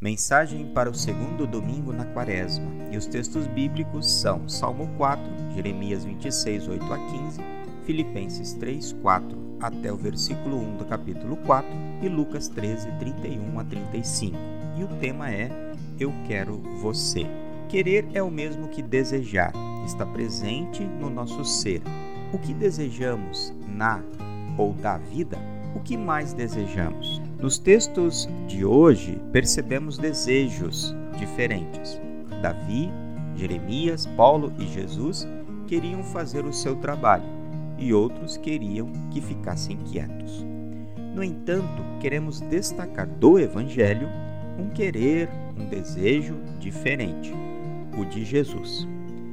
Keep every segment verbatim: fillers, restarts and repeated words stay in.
Mensagem para o segundo domingo na Quaresma. E os textos bíblicos são Salmo quatro, Jeremias vinte e seis, oito a quinze, Filipenses três, quatro até o versículo um do capítulo quatro e Lucas treze, trinta e um a trinta e cinco. E o tema é Eu Quero Você. Querer é o mesmo que desejar, está presente no nosso ser. O que desejamos na ou da vida? O que mais desejamos? Nos textos de hoje, percebemos desejos diferentes. Davi, Jeremias, Paulo e Jesus queriam fazer o seu trabalho e outros queriam que ficassem quietos. No entanto, queremos destacar do Evangelho um querer, um desejo diferente, o de Jesus.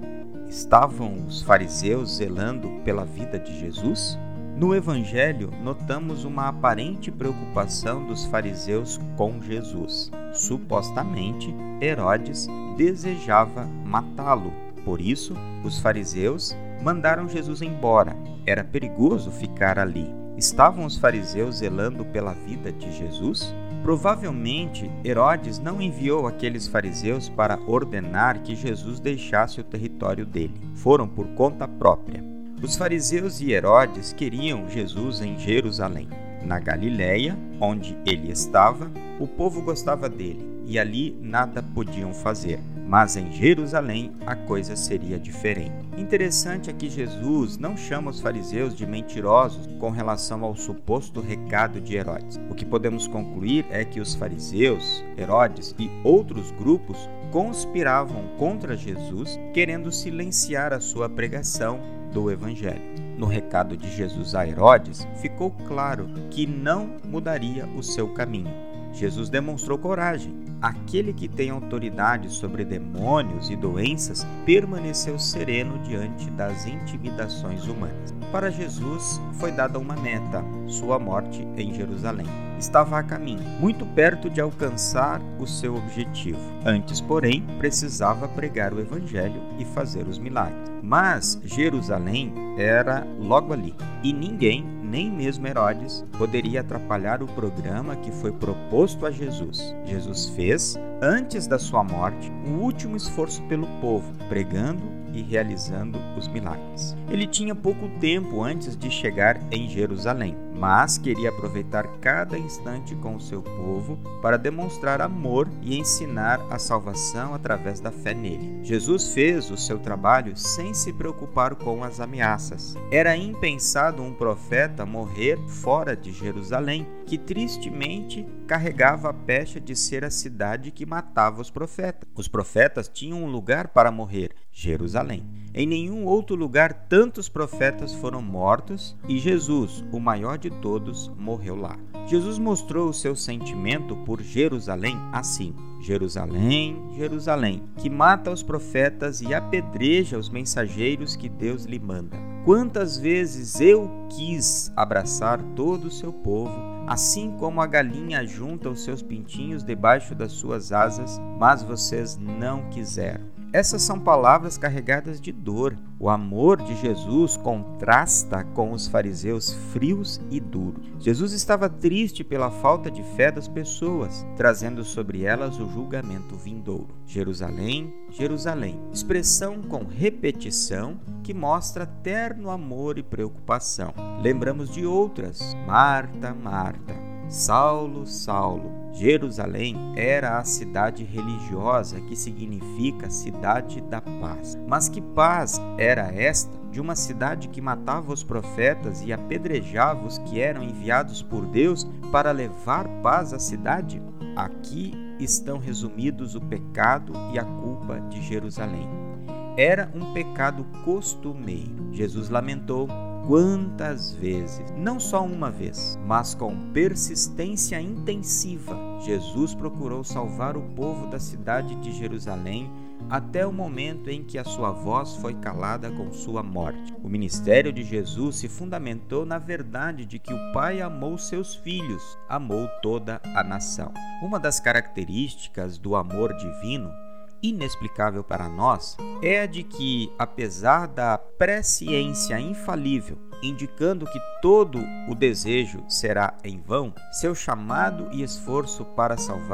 Estavam os fariseus zelando pela vida de Jesus? No Evangelho, notamos uma aparente preocupação dos fariseus com Jesus. Supostamente, Herodes desejava matá-lo. Por isso, os fariseus mandaram Jesus embora. Era perigoso ficar ali. Estavam os fariseus zelando pela vida de Jesus? Provavelmente, Herodes não enviou aqueles fariseus para ordenar que Jesus deixasse o território dele. Foram por conta própria. Os fariseus e Herodes queriam Jesus em Jerusalém. Na Galiléia, onde ele estava, o povo gostava dele e ali nada podiam fazer. Mas em Jerusalém a coisa seria diferente. Interessante é que Jesus não chama os fariseus de mentirosos com relação ao suposto recado de Herodes. O que podemos concluir é que os fariseus, Herodes e outros grupos conspiravam contra Jesus, querendo silenciar a sua pregação do Evangelho. No recado de Jesus a Herodes, ficou claro que não mudaria o seu caminho. Jesus demonstrou coragem. Aquele que tem autoridade sobre demônios e doenças permaneceu sereno diante das intimidações humanas. Para Jesus foi dada uma meta, sua morte em Jerusalém. Estava a caminho, muito perto de alcançar o seu objetivo. Antes, porém, precisava pregar o Evangelho e fazer os milagres. Mas Jerusalém era logo ali, e ninguém, nem mesmo Herodes, poderia atrapalhar o programa que foi proposto a Jesus. Jesus fez, antes da sua morte, um último esforço pelo povo, pregando e realizando os milagres. Ele tinha pouco tempo antes de chegar em Jerusalém, mas queria aproveitar cada instante com o seu povo para demonstrar amor e ensinar a salvação através da fé nele. Jesus fez o seu trabalho sem se preocupar com as ameaças. Era impensado um profeta morrer fora de Jerusalém, que tristemente carregava a pecha de ser a cidade que matava os profetas. Os profetas tinham um lugar para morrer, Jerusalém. Em nenhum outro lugar tantos profetas foram mortos e Jesus, o maior de todos, morreu lá. Jesus mostrou o seu sentimento por Jerusalém assim: Jerusalém, Jerusalém, que mata os profetas e apedreja os mensageiros que Deus lhe manda. Quantas vezes eu quis abraçar todo o seu povo, assim como a galinha junta os seus pintinhos debaixo das suas asas, mas vocês não quiseram. Essas são palavras carregadas de dor. O amor de Jesus contrasta com os fariseus frios e duros. Jesus estava triste pela falta de fé das pessoas, trazendo sobre elas o julgamento vindouro. Jerusalém, Jerusalém, expressão com repetição que mostra terno amor e preocupação. Lembramos de outras: Marta, Marta, Saulo, Saulo. Jerusalém era a cidade religiosa, que significa cidade da paz. Mas que paz era esta de uma cidade que matava os profetas e apedrejava os que eram enviados por Deus para levar paz à cidade? Aqui estão resumidos o pecado e a culpa de Jerusalém. Era um pecado costumeiro. Jesus lamentou quantas vezes, não só uma vez, mas com persistência intensiva, Jesus procurou salvar o povo da cidade de Jerusalém até o momento em que a sua voz foi calada com sua morte. O ministério de Jesus se fundamentou na verdade de que o Pai amou seus filhos, amou toda a nação. Uma das características do amor divino inexplicável para nós é a de que, apesar da presciência infalível, indicando que todo o desejo será em vão, seu chamado e esforço para salvar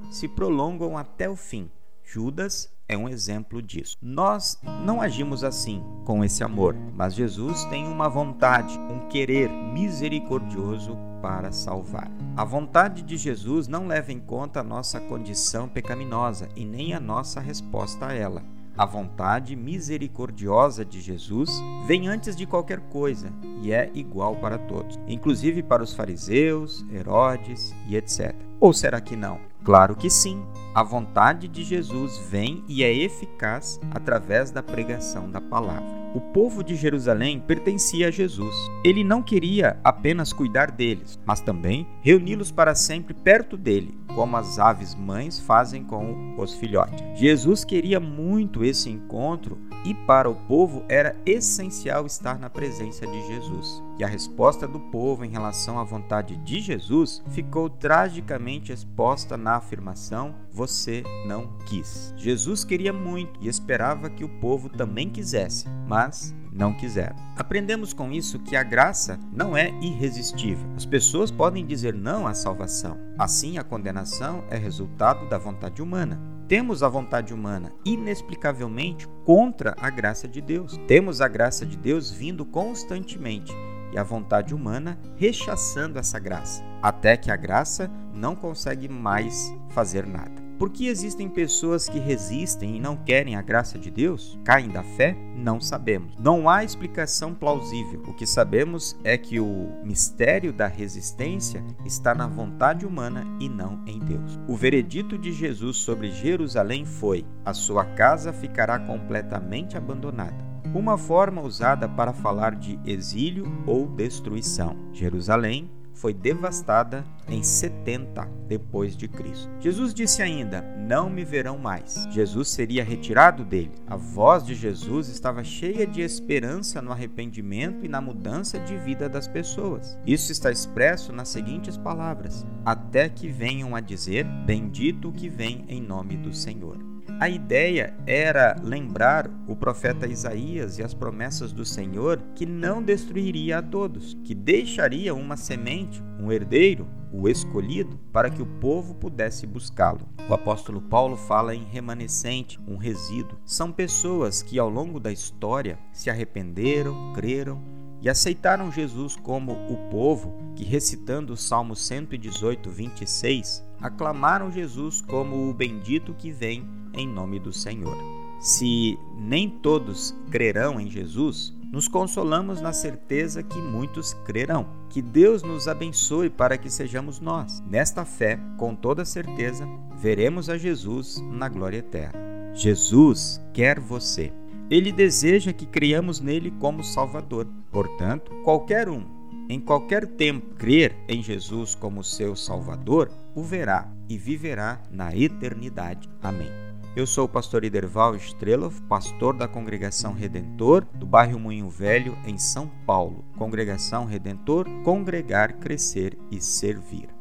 se prolongam até o fim. Judas é um exemplo disso. Nós não agimos assim com esse amor, mas Jesus tem uma vontade, um querer misericordioso para salvar. A vontade de Jesus não leva em conta a nossa condição pecaminosa e nem a nossa resposta a ela. A vontade misericordiosa de Jesus vem antes de qualquer coisa e é igual para todos, inclusive para os fariseus, Herodes e etcétera. Ou será que não? Claro que sim. A vontade de Jesus vem e é eficaz através da pregação da palavra. O povo de Jerusalém pertencia a Jesus. Ele não queria apenas cuidar deles, mas também reuni-los para sempre perto dele, como as aves mães fazem com os filhotes. Jesus queria muito esse encontro e para o povo era essencial estar na presença de Jesus. E a resposta do povo em relação à vontade de Jesus ficou tragicamente exposta na afirmação: você não quis. Jesus queria muito e esperava que o povo também quisesse, mas não quiseram. Aprendemos com isso que a graça não é irresistível. As pessoas podem dizer não à salvação. Assim, a condenação é resultado da vontade humana. Temos a vontade humana inexplicavelmente contra a graça de Deus. Temos a graça de Deus vindo constantemente e a vontade humana rechaçando essa graça, até que a graça não consegue mais fazer nada. Por que existem pessoas que resistem e não querem a graça de Deus? Caem da fé? Não sabemos. Não há explicação plausível. O que sabemos é que o mistério da resistência está na vontade humana e não em Deus. O veredito de Jesus sobre Jerusalém foi: a sua casa ficará completamente abandonada. Uma forma usada para falar de exílio ou destruição. Jerusalém foi devastada em setenta depois de Cristo. Jesus disse ainda: não me verão mais. Jesus seria retirado dele. A voz de Jesus estava cheia de esperança no arrependimento e na mudança de vida das pessoas. Isso está expresso nas seguintes palavras: até que venham a dizer: bendito o que vem em nome do Senhor. A ideia era lembrar o profeta Isaías e as promessas do Senhor que não destruiria a todos, que deixaria uma semente, um herdeiro, o escolhido, para que o povo pudesse buscá-lo. O apóstolo Paulo fala em remanescente, um resíduo. São pessoas que ao longo da história se arrependeram, creram e aceitaram Jesus como o povo que, recitando o Salmo cento e dezoito, vinte e seis, aclamaram Jesus como o bendito que vem em nome do Senhor. Se nem todos crerão em Jesus, nos consolamos na certeza que muitos crerão. Que Deus nos abençoe para que sejamos nós. Nesta fé, com toda certeza, veremos a Jesus na glória eterna. Jesus quer você. Ele deseja que creiamos nele como Salvador. Portanto, qualquer um, em qualquer tempo, crer em Jesus como seu Salvador, o verá e viverá na eternidade. Amém. Eu sou o pastor Iderval Strelov, pastor da Congregação Redentor, do bairro Moinho Velho, em São Paulo. Congregação Redentor, congregar, crescer e servir.